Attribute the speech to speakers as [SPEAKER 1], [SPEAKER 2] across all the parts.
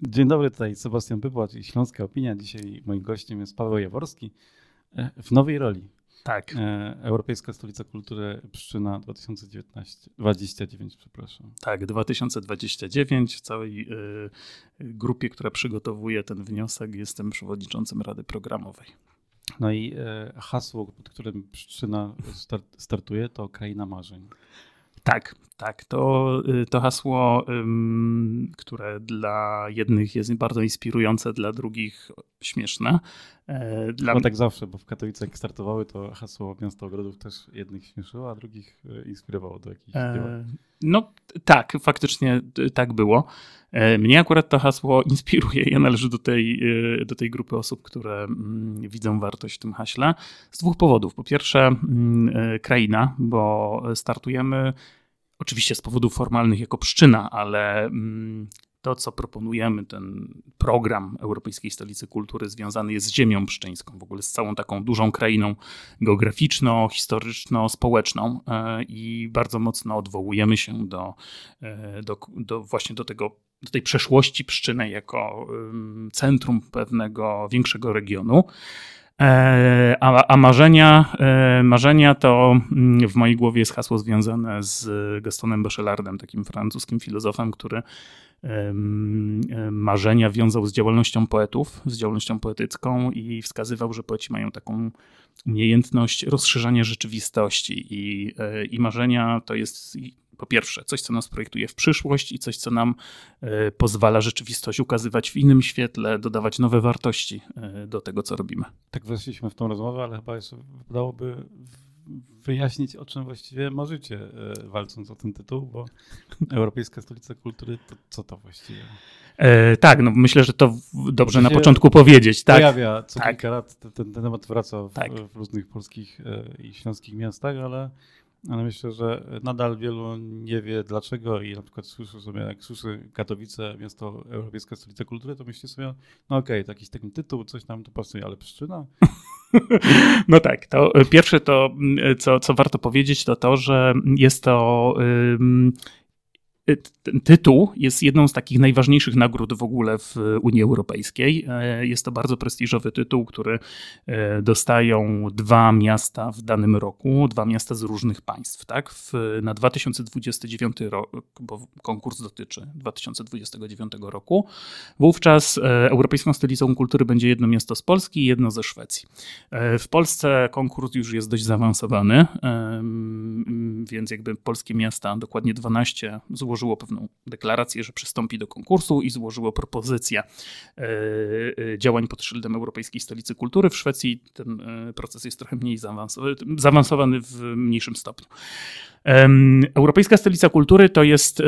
[SPEAKER 1] Dzień dobry, tutaj Sebastian Pypłacz i Śląska Opinia. Dzisiaj moim gościem jest Paweł Jaworski w nowej roli.
[SPEAKER 2] Tak.
[SPEAKER 1] Europejska Stolica Kultury Pszczyna 2029, przepraszam.
[SPEAKER 2] Tak, 2029. W całej grupie, która przygotowuje ten wniosek, jestem przewodniczącym Rady Programowej.
[SPEAKER 1] No i hasło, pod którym Pszczyna startuje, to Kraina Marzeń.
[SPEAKER 2] Tak. To hasło, które dla jednych jest bardzo inspirujące, dla drugich śmieszne.
[SPEAKER 1] Chyba tak zawsze, bo w Katowicach jak startowały, to hasło Miasto Ogrodów też jednych śmieszyło, a drugich inspirowało do jakichś dzieł.
[SPEAKER 2] No tak, faktycznie tak było. Mnie akurat to hasło inspiruje. Ja należę do tej grupy osób, które widzą wartość w tym haśle z dwóch powodów. Po pierwsze kraina, bo startujemy oczywiście z powodów formalnych jako Pszczyna, ale to, co proponujemy, ten program Europejskiej Stolicy Kultury związany jest z ziemią pszczyńską, w ogóle z całą taką dużą krainą geograficzną, historyczno-społeczną i bardzo mocno odwołujemy się właśnie do tej przeszłości Pszczyny jako centrum pewnego większego regionu. A marzenia to w mojej głowie jest hasło związane z Gastonem Bachelardem, takim francuskim filozofem, który marzenia wiązał z działalnością poetów, z działalnością poetycką i wskazywał, że poeci mają taką umiejętność rozszerzania rzeczywistości i marzenia to jest po pierwsze coś, co nas projektuje w przyszłość i coś, co nam pozwala rzeczywistość ukazywać w innym świetle, dodawać nowe wartości do tego, co robimy.
[SPEAKER 1] Tak weszliśmy w tą rozmowę, ale chyba jeszcze wydałoby wyjaśnić, o czym właściwie marzycie, walcząc o ten tytuł, bo Europejska Stolica Kultury, to co to właściwie?
[SPEAKER 2] Tak, no myślę, że to dobrze na początku powiedzieć. Tak?
[SPEAKER 1] Pojawia co kilka lat, ten temat wraca w różnych polskich i śląskich miastach, ale myślę, że nadal wielu nie wie dlaczego i na przykład jak słyszy Katowice, miasto Europejska Stolica Kultury, to myśli sobie, no okej, to jakiś taki tytuł, coś tam tu pasuje, ale Pszczyna?
[SPEAKER 2] No tak, to pierwsze to, co warto powiedzieć, to, że jest to... Ten tytuł jest jedną z takich najważniejszych nagród w ogóle w Unii Europejskiej. Jest to bardzo prestiżowy tytuł, który dostają dwa miasta w danym roku, dwa miasta z różnych państw. Tak? Na 2029 rok, bo konkurs dotyczy 2029 roku, wówczas Europejską Stolicą Kultury będzie jedno miasto z Polski i jedno ze Szwecji. W Polsce konkurs już jest dość zaawansowany, więc jakby polskie miasta, dokładnie 12, złożyło pewną deklarację, że przystąpi do konkursu i złożyło propozycję działań pod szyldem Europejskiej Stolicy Kultury. W Szwecji ten proces jest trochę mniej zaawansowany w mniejszym stopniu. Europejska Stolica Kultury to jest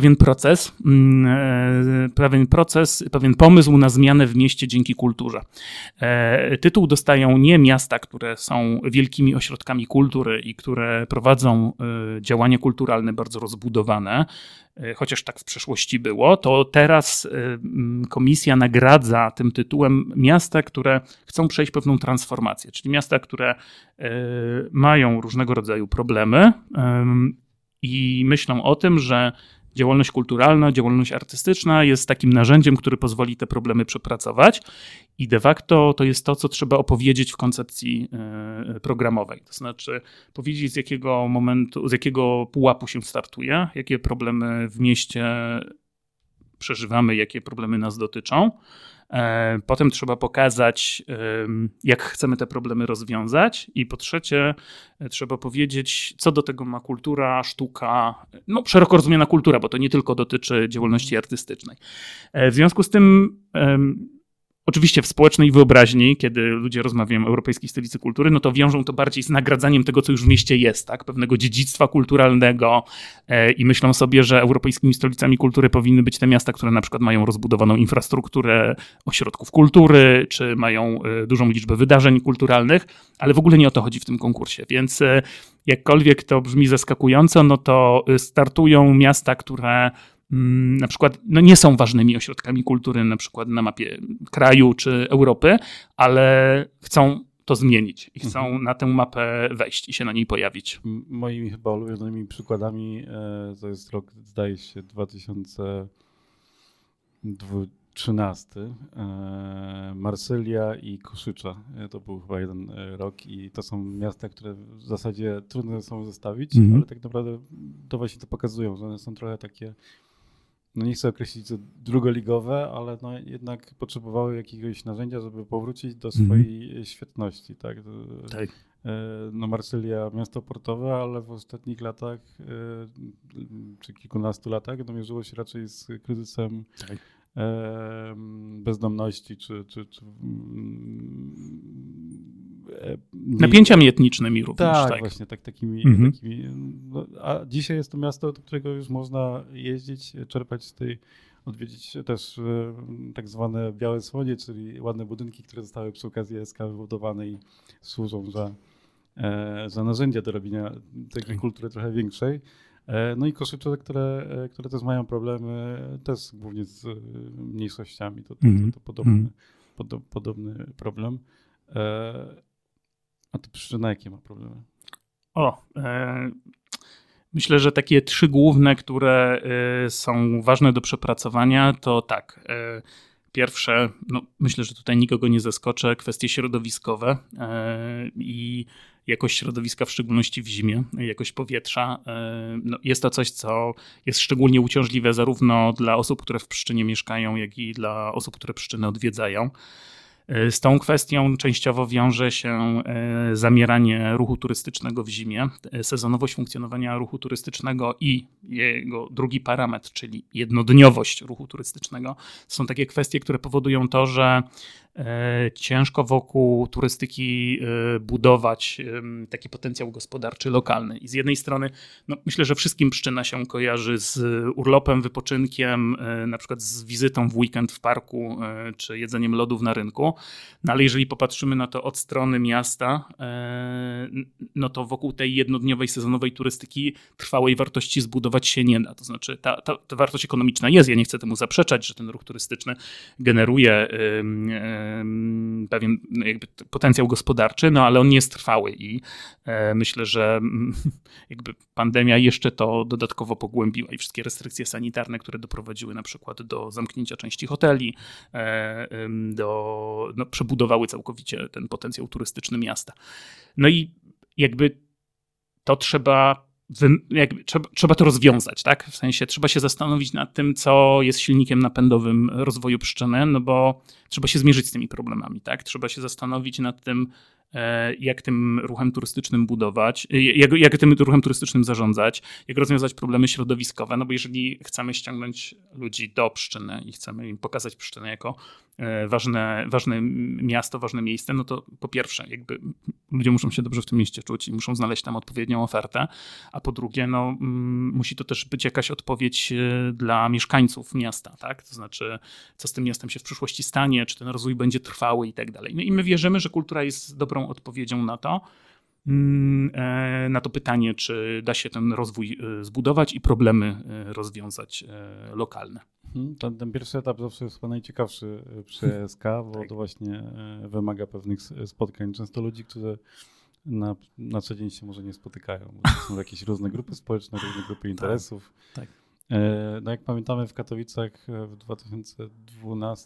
[SPEAKER 2] pewien pomysł na zmianę w mieście dzięki kulturze. Tytuł dostają nie miasta, które są wielkimi ośrodkami kultury i które prowadzą działania kulturalne bardzo rozbudowane, chociaż tak w przeszłości było, to teraz komisja nagradza tym tytułem miasta, które chcą przejść pewną transformację, czyli miasta, które mają różnego rodzaju problemy i myślą o tym, że działalność kulturalna, działalność artystyczna jest takim narzędziem, który pozwoli te problemy przepracować i de facto to jest to, co trzeba opowiedzieć w koncepcji programowej. To znaczy powiedzieć, z jakiego momentu, z jakiego pułapu się startuje, jakie problemy w mieście przeżywamy, jakie problemy nas dotyczą. Potem trzeba pokazać, jak chcemy te problemy rozwiązać i po trzecie trzeba powiedzieć, co do tego ma kultura, sztuka, no szeroko rozumiana kultura, bo to nie tylko dotyczy działalności artystycznej. W związku z tym oczywiście w społecznej wyobraźni, kiedy ludzie rozmawiają o Europejskiej Stolicy Kultury, no to wiążą to bardziej z nagradzaniem tego, co już w mieście jest, tak? Pewnego dziedzictwa kulturalnego i myślą sobie, że europejskimi stolicami kultury powinny być te miasta, które na przykład mają rozbudowaną infrastrukturę ośrodków kultury, czy mają dużą liczbę wydarzeń kulturalnych, ale w ogóle nie o to chodzi w tym konkursie, więc jakkolwiek to brzmi zaskakująco, no to startują miasta, które na przykład no nie są ważnymi ośrodkami kultury na przykład na mapie kraju czy Europy, ale chcą to zmienić i chcą na tę mapę wejść i się na niej pojawić.
[SPEAKER 1] Moimi chyba ulubionymi przykładami to jest rok, zdaje się, 2020 13, Marsylia i Koszycza. To był chyba jeden rok i to są miasta, które w zasadzie trudno są zestawić, ale tak naprawdę to właśnie to pokazują, że one są trochę takie, no nie chcę określić, że drugoligowe, ale no jednak potrzebowały jakiegoś narzędzia, żeby powrócić do swojej świetności. Tak?
[SPEAKER 2] Tak.
[SPEAKER 1] No Marsylia, miasto portowe, ale w ostatnich latach, czy kilkunastu latach, no mierzyło się raczej z kryzysem bezdomności, czy
[SPEAKER 2] napięciami etnicznymi również.
[SPEAKER 1] Tak, właśnie takimi. No, a dzisiaj jest to miasto, do którego już można jeździć, czerpać z tej, odwiedzić też tak zwane białe słonie, czyli ładne budynki, które zostały przy okazji SK wybudowane i służą za narzędzia do robienia takiej kultury trochę większej. No i Koszycze, które też mają problemy, też głównie z mniejszościami, to podobny problem. A to Pszczyna jakie ma problemy?
[SPEAKER 2] Myślę, że takie 3 główne, które są ważne do przepracowania, to tak. Pierwsze, no myślę, że tutaj nikogo nie zaskoczę, kwestie środowiskowe i jakość środowiska, w szczególności w zimie, jakość powietrza. No jest to coś, co jest szczególnie uciążliwe zarówno dla osób, które w Pszczynie mieszkają, jak i dla osób, które Pszczynę odwiedzają. Z tą kwestią częściowo wiąże się zamieranie ruchu turystycznego w zimie, sezonowość funkcjonowania ruchu turystycznego i jego drugi parametr, czyli jednodniowość ruchu turystycznego. Są takie kwestie, które powodują to, że ciężko wokół turystyki budować taki potencjał gospodarczy lokalny. I z jednej strony, no myślę, że wszystkim Pszczyna się kojarzy z urlopem, wypoczynkiem, na przykład z wizytą w weekend w parku, czy jedzeniem lodów na rynku. No ale jeżeli popatrzymy na to od strony miasta, no to wokół tej jednodniowej, sezonowej turystyki trwałej wartości zbudować się nie da. To znaczy ta wartość ekonomiczna jest, ja nie chcę temu zaprzeczać, że ten ruch turystyczny generuje pewien jakby potencjał gospodarczy, no ale on nie jest trwały i myślę, że jakby pandemia jeszcze to dodatkowo pogłębiła i wszystkie restrykcje sanitarne, które doprowadziły na przykład do zamknięcia części hoteli, przebudowały całkowicie ten potencjał turystyczny miasta. No i jakby to trzeba to rozwiązać, tak? W sensie trzeba się zastanowić nad tym, co jest silnikiem napędowym rozwoju Pszczyny, no bo trzeba się zmierzyć z tymi problemami, tak? Trzeba się zastanowić nad tym, jak tym ruchem turystycznym budować, jak tym ruchem turystycznym zarządzać, jak rozwiązać problemy środowiskowe, no bo jeżeli chcemy ściągnąć ludzi do Pszczyny i chcemy im pokazać Pszczynę jako ważne miasto, ważne miejsce, no to po pierwsze jakby ludzie muszą się dobrze w tym mieście czuć i muszą znaleźć tam odpowiednią ofertę, a po drugie no musi to też być jakaś odpowiedź dla mieszkańców miasta, tak? To znaczy co z tym miastem się w przyszłości stanie, czy ten rozwój będzie trwały i tak dalej. No i my wierzymy, że kultura jest dobrą odpowiedzią na to pytanie, czy da się ten rozwój zbudować i problemy rozwiązać lokalne.
[SPEAKER 1] Ten pierwszy etap zawsze jest chyba najciekawszy przy ESK, bo to właśnie wymaga pewnych spotkań. Często ludzi, którzy na co dzień się może nie spotykają. Bo są jakieś różne grupy społeczne, różne grupy interesów.
[SPEAKER 2] Tak.
[SPEAKER 1] No jak pamiętamy w Katowicach w 2012,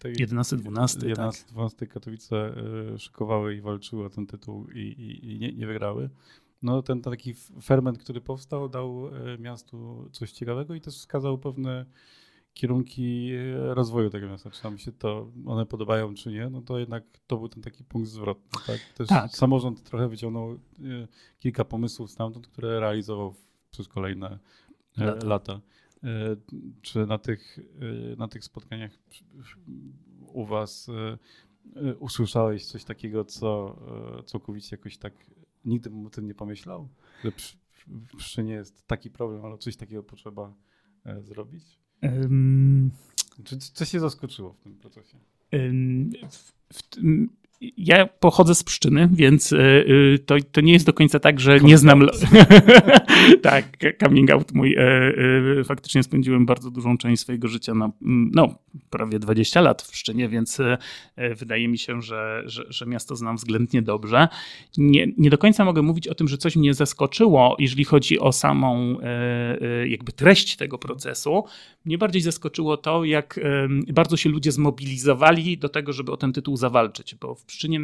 [SPEAKER 1] 11-12 Katowice szykowały i walczyły o ten tytuł i nie wygrały. No ten taki ferment, który powstał, dał miastu coś ciekawego i też wskazał pewne kierunki rozwoju tego miasta. Czy nam się one podobają, czy nie, no to jednak to był ten taki punkt zwrotny. Tak? Też samorząd trochę wyciągnął kilka pomysłów stamtąd, które realizował przez kolejne lata. Czy na tych spotkaniach u was usłyszałeś coś takiego, co całkowicie jakoś tak nigdy bym o tym nie pomyślał? Że w Pszczynie jest taki problem, ale coś takiego potrzeba zrobić? Co się zaskoczyło w tym procesie?
[SPEAKER 2] Ja pochodzę z Pszczyny, więc to nie jest do końca tak, że nie znam... Tak, coming out mój. Faktycznie spędziłem bardzo dużą część swojego życia prawie 20 lat w Pszczynie, więc wydaje mi się, że miasto znam względnie dobrze. Nie do końca mogę mówić o tym, że coś mnie zaskoczyło, jeżeli chodzi o samą jakby treść tego procesu. Mnie bardziej zaskoczyło to, jak bardzo się ludzie zmobilizowali do tego, żeby o ten tytuł zawalczyć, bo w Pszczynie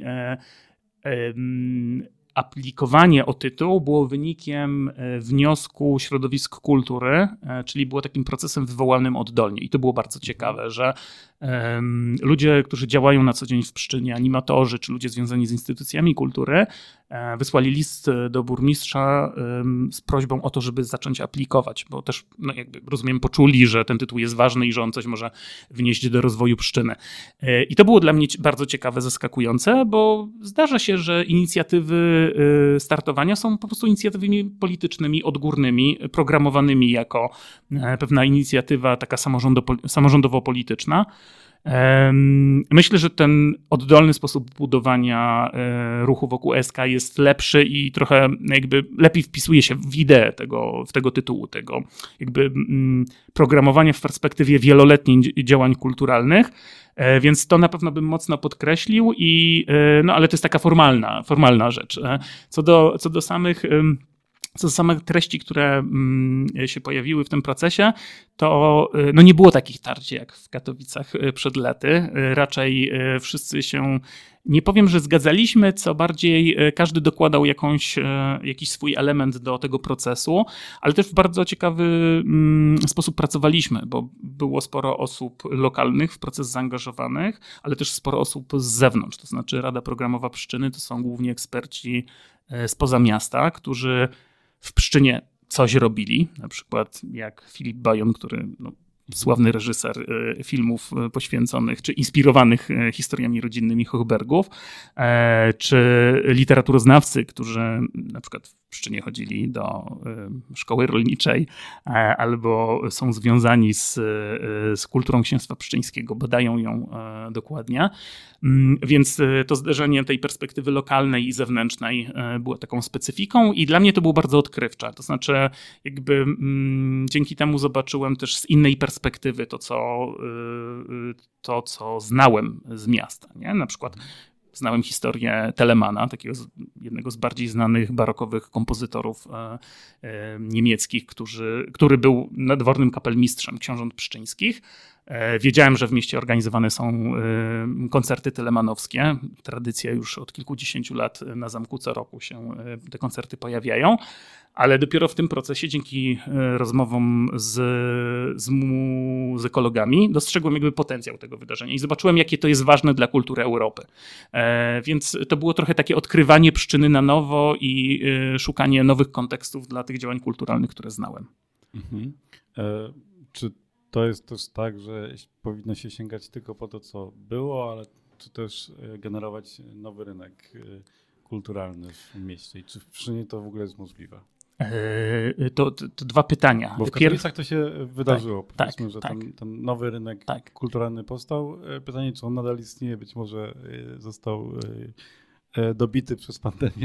[SPEAKER 2] aplikowanie o tytuł było wynikiem wniosku środowisk kultury, czyli było takim procesem wywołanym oddolnie. I to było bardzo ciekawe, że ludzie, którzy działają na co dzień w Pszczynie, animatorzy czy ludzie związani z instytucjami kultury, wysłali list do burmistrza z prośbą o to, żeby zacząć aplikować, bo też jakby rozumiem, poczuli, że ten tytuł jest ważny i że on coś może wnieść do rozwoju Pszczyny. I to było dla mnie bardzo ciekawe, zaskakujące, bo zdarza się, że inicjatywy startowania są po prostu inicjatywami politycznymi, odgórnymi, programowanymi jako pewna inicjatywa taka samorządowo-polityczna. Myślę, że ten oddolny sposób budowania ruchu wokół SK jest lepszy i trochę jakby lepiej wpisuje się w ideę tego tytułu, tego jakby programowania w perspektywie wieloletniej działań kulturalnych, więc to na pewno bym mocno podkreślił ale to jest taka formalna rzecz. Co do samych treści, które się pojawiły w tym procesie, to nie było takich tarć jak w Katowicach przed laty. Raczej wszyscy się, nie powiem, że zgadzaliśmy, co bardziej każdy dokładał jakiś swój element do tego procesu, ale też w bardzo ciekawy sposób pracowaliśmy, bo było sporo osób lokalnych w proces zaangażowanych, ale też sporo osób z zewnątrz. To znaczy Rada Programowa Pszczyny to są głównie eksperci spoza miasta, którzy w Pszczynie coś robili, na przykład jak Filip Bajon, który sławny reżyser filmów poświęconych czy inspirowanych historiami rodzinnymi Hochbergów, czy literaturoznawcy, którzy na przykład w Pszczynie chodzili do szkoły rolniczej albo są związani z kulturą Księstwa Pszczyńskiego, badają ją dokładnie. Więc to zderzenie tej perspektywy lokalnej i zewnętrznej było taką specyfiką i dla mnie to było bardzo odkrywcze. To znaczy jakby dzięki temu zobaczyłem też z innej perspektywy to, co znałem z miasta. Nie? Na przykład znałem historię Telemana, takiego jednego z bardziej znanych barokowych kompozytorów niemieckich, który był nadwornym kapelmistrzem książąt pszczyńskich. Wiedziałem, że w mieście organizowane są koncerty telemanowskie. Tradycja już od kilkudziesięciu lat na zamku co roku się te koncerty pojawiają, ale dopiero w tym procesie dzięki rozmowom z muzykologami dostrzegłem jakby potencjał tego wydarzenia i zobaczyłem, jakie to jest ważne dla kultury Europy. Więc to było trochę takie odkrywanie Pszczyny na nowo i szukanie nowych kontekstów dla tych działań kulturalnych, które znałem.
[SPEAKER 1] Mhm. Czy to jest też tak, że powinno się sięgać tylko po to, co było, ale czy też generować nowy rynek kulturalny w mieście? I czy w Pszczynie to w ogóle jest możliwe?
[SPEAKER 2] To dwa pytania.
[SPEAKER 1] Bo w Katowicach to się wydarzyło. Powiedzmy, że
[SPEAKER 2] tak.
[SPEAKER 1] Ten nowy rynek kulturalny powstał. Pytanie, czy on nadal istnieje? Być może został dobity przez pandemię.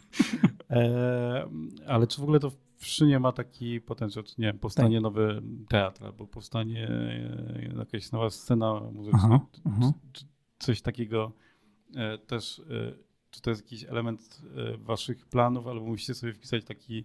[SPEAKER 1] Ale czy w ogóle to w Pszczynie ma taki potencjał? Czy nie wiem, powstanie nowy teatr albo powstanie jakaś nowa scena muzyczna? Czy coś takiego też... Czy to jest jakiś element waszych planów, albo musicie sobie wpisać taki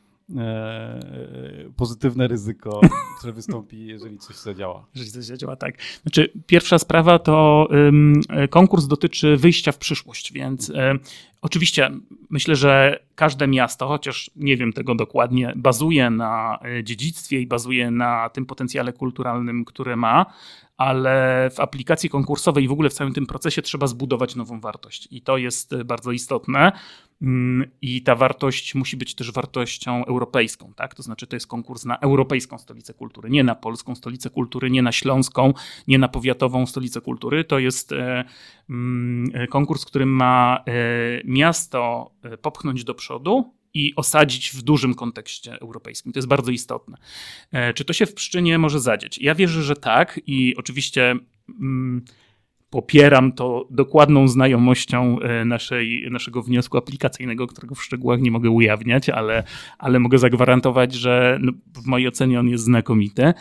[SPEAKER 1] pozytywne ryzyko, które wystąpi, jeżeli coś zadziała?
[SPEAKER 2] Jeżeli coś zadziała, tak. Znaczy, pierwsza sprawa to konkurs dotyczy wyjścia w przyszłość, więc oczywiście myślę, że każde miasto, chociaż nie wiem tego dokładnie, bazuje na dziedzictwie i bazuje na tym potencjale kulturalnym, które ma, ale w aplikacji konkursowej i w ogóle w całym tym procesie trzeba zbudować nową wartość. I to jest bardzo istotne. I ta wartość musi być też wartością europejską. Tak? To znaczy to jest konkurs na europejską stolicę kultury, nie na polską stolicę kultury, nie na śląską, nie na powiatową stolicę kultury. To jest konkurs, który ma miasto popchnąć do przodu i osadzić w dużym kontekście europejskim. To jest bardzo istotne. Czy to się w Pszczynie może zadzieć? Ja wierzę, że tak i oczywiście popieram to dokładną znajomością naszego wniosku aplikacyjnego, którego w szczegółach nie mogę ujawniać, ale mogę zagwarantować, że w mojej ocenie on jest znakomity.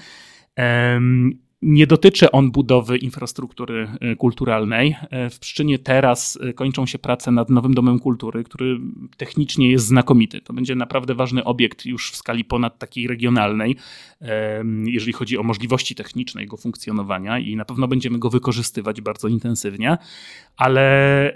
[SPEAKER 2] Nie dotyczy on budowy infrastruktury kulturalnej. W Pszczynie teraz kończą się prace nad nowym Domem Kultury, który technicznie jest znakomity. To będzie naprawdę ważny obiekt już w skali ponad takiej regionalnej, jeżeli chodzi o możliwości techniczne jego funkcjonowania i na pewno będziemy go wykorzystywać bardzo intensywnie, ale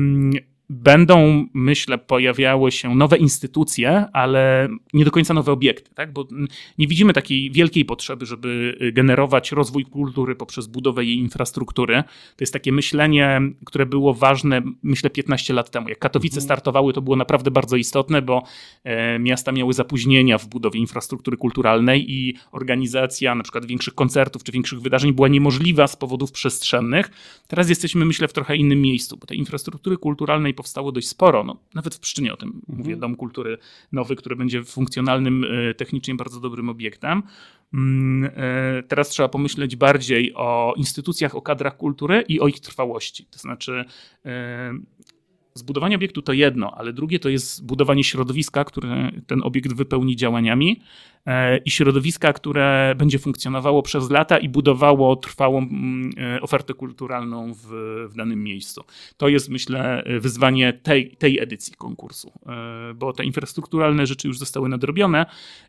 [SPEAKER 2] będą, myślę, pojawiały się nowe instytucje, ale nie do końca nowe obiekty, tak? Bo nie widzimy takiej wielkiej potrzeby, żeby generować rozwój kultury poprzez budowę jej infrastruktury. To jest takie myślenie, które było ważne, myślę, 15 lat temu. Jak Katowice startowały, to było naprawdę bardzo istotne, bo miasta miały zapóźnienia w budowie infrastruktury kulturalnej i organizacja na przykład większych koncertów czy większych wydarzeń była niemożliwa z powodów przestrzennych. Teraz jesteśmy, myślę, w trochę innym miejscu, bo tej infrastruktury kulturalnej powstało dość sporo. No, nawet w Pszczynie o tym mówię. Dom Kultury nowy, który będzie funkcjonalnym, technicznie bardzo dobrym obiektem. Teraz trzeba pomyśleć bardziej o instytucjach, o kadrach kultury i o ich trwałości. To znaczy zbudowanie obiektu to jedno, ale drugie to jest budowanie środowiska, które ten obiekt wypełni działaniami i środowiska, które będzie funkcjonowało przez lata i budowało trwałą ofertę kulturalną w danym miejscu. To jest, myślę, wyzwanie tej edycji konkursu, bo te infrastrukturalne rzeczy już zostały nadrobione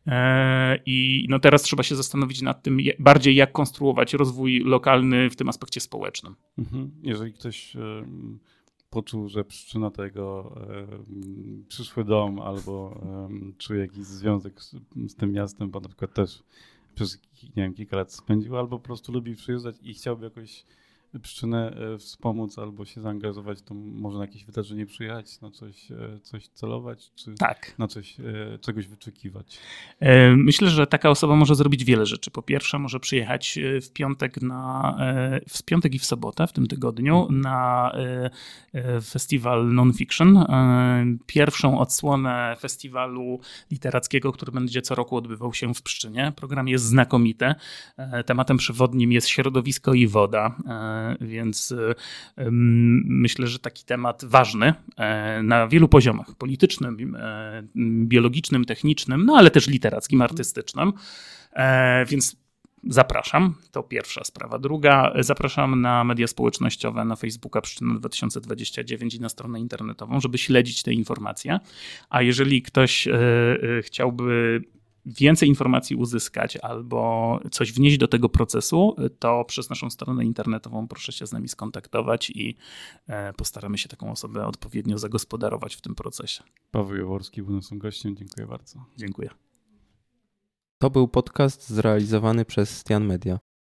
[SPEAKER 2] i no teraz trzeba się zastanowić nad tym bardziej, jak konstruować rozwój lokalny w tym aspekcie społecznym.
[SPEAKER 1] Jeżeli ktoś poczuł, że Pszczyna to jego przyszły dom albo czuje jakiś związek z tym miastem, bo na przykład też przez kilka lat spędził, albo po prostu lubi przyjeżdżać i chciałby jakoś Pszczynę wspomóc albo się zaangażować, to może na jakieś wydarzenie przyjechać, na coś celować, czy na czegoś wyczekiwać?
[SPEAKER 2] Myślę, że taka osoba może zrobić wiele rzeczy. Po pierwsze, może przyjechać w piątek i w sobotę w tym tygodniu na festiwal Non-Fiction. Pierwszą odsłonę festiwalu literackiego, który będzie co roku odbywał się w Pszczynie. Program jest znakomity. Tematem przewodnim jest środowisko i woda. Więc myślę, że taki temat ważny na wielu poziomach: politycznym, biologicznym, technicznym, no ale też literackim, artystycznym. Więc zapraszam, to pierwsza sprawa. Druga, zapraszam na media społecznościowe, na Facebooka Pszczyna 2029 i na stronę internetową, żeby śledzić te informacje. A jeżeli ktoś chciałby więcej informacji uzyskać albo coś wnieść do tego procesu, to przez naszą stronę internetową proszę się z nami skontaktować i postaramy się taką osobę odpowiednio zagospodarować w tym procesie.
[SPEAKER 1] Paweł Jaworski był naszym gościem. Dziękuję bardzo.
[SPEAKER 2] Dziękuję.
[SPEAKER 3] To był podcast zrealizowany przez Stian Media.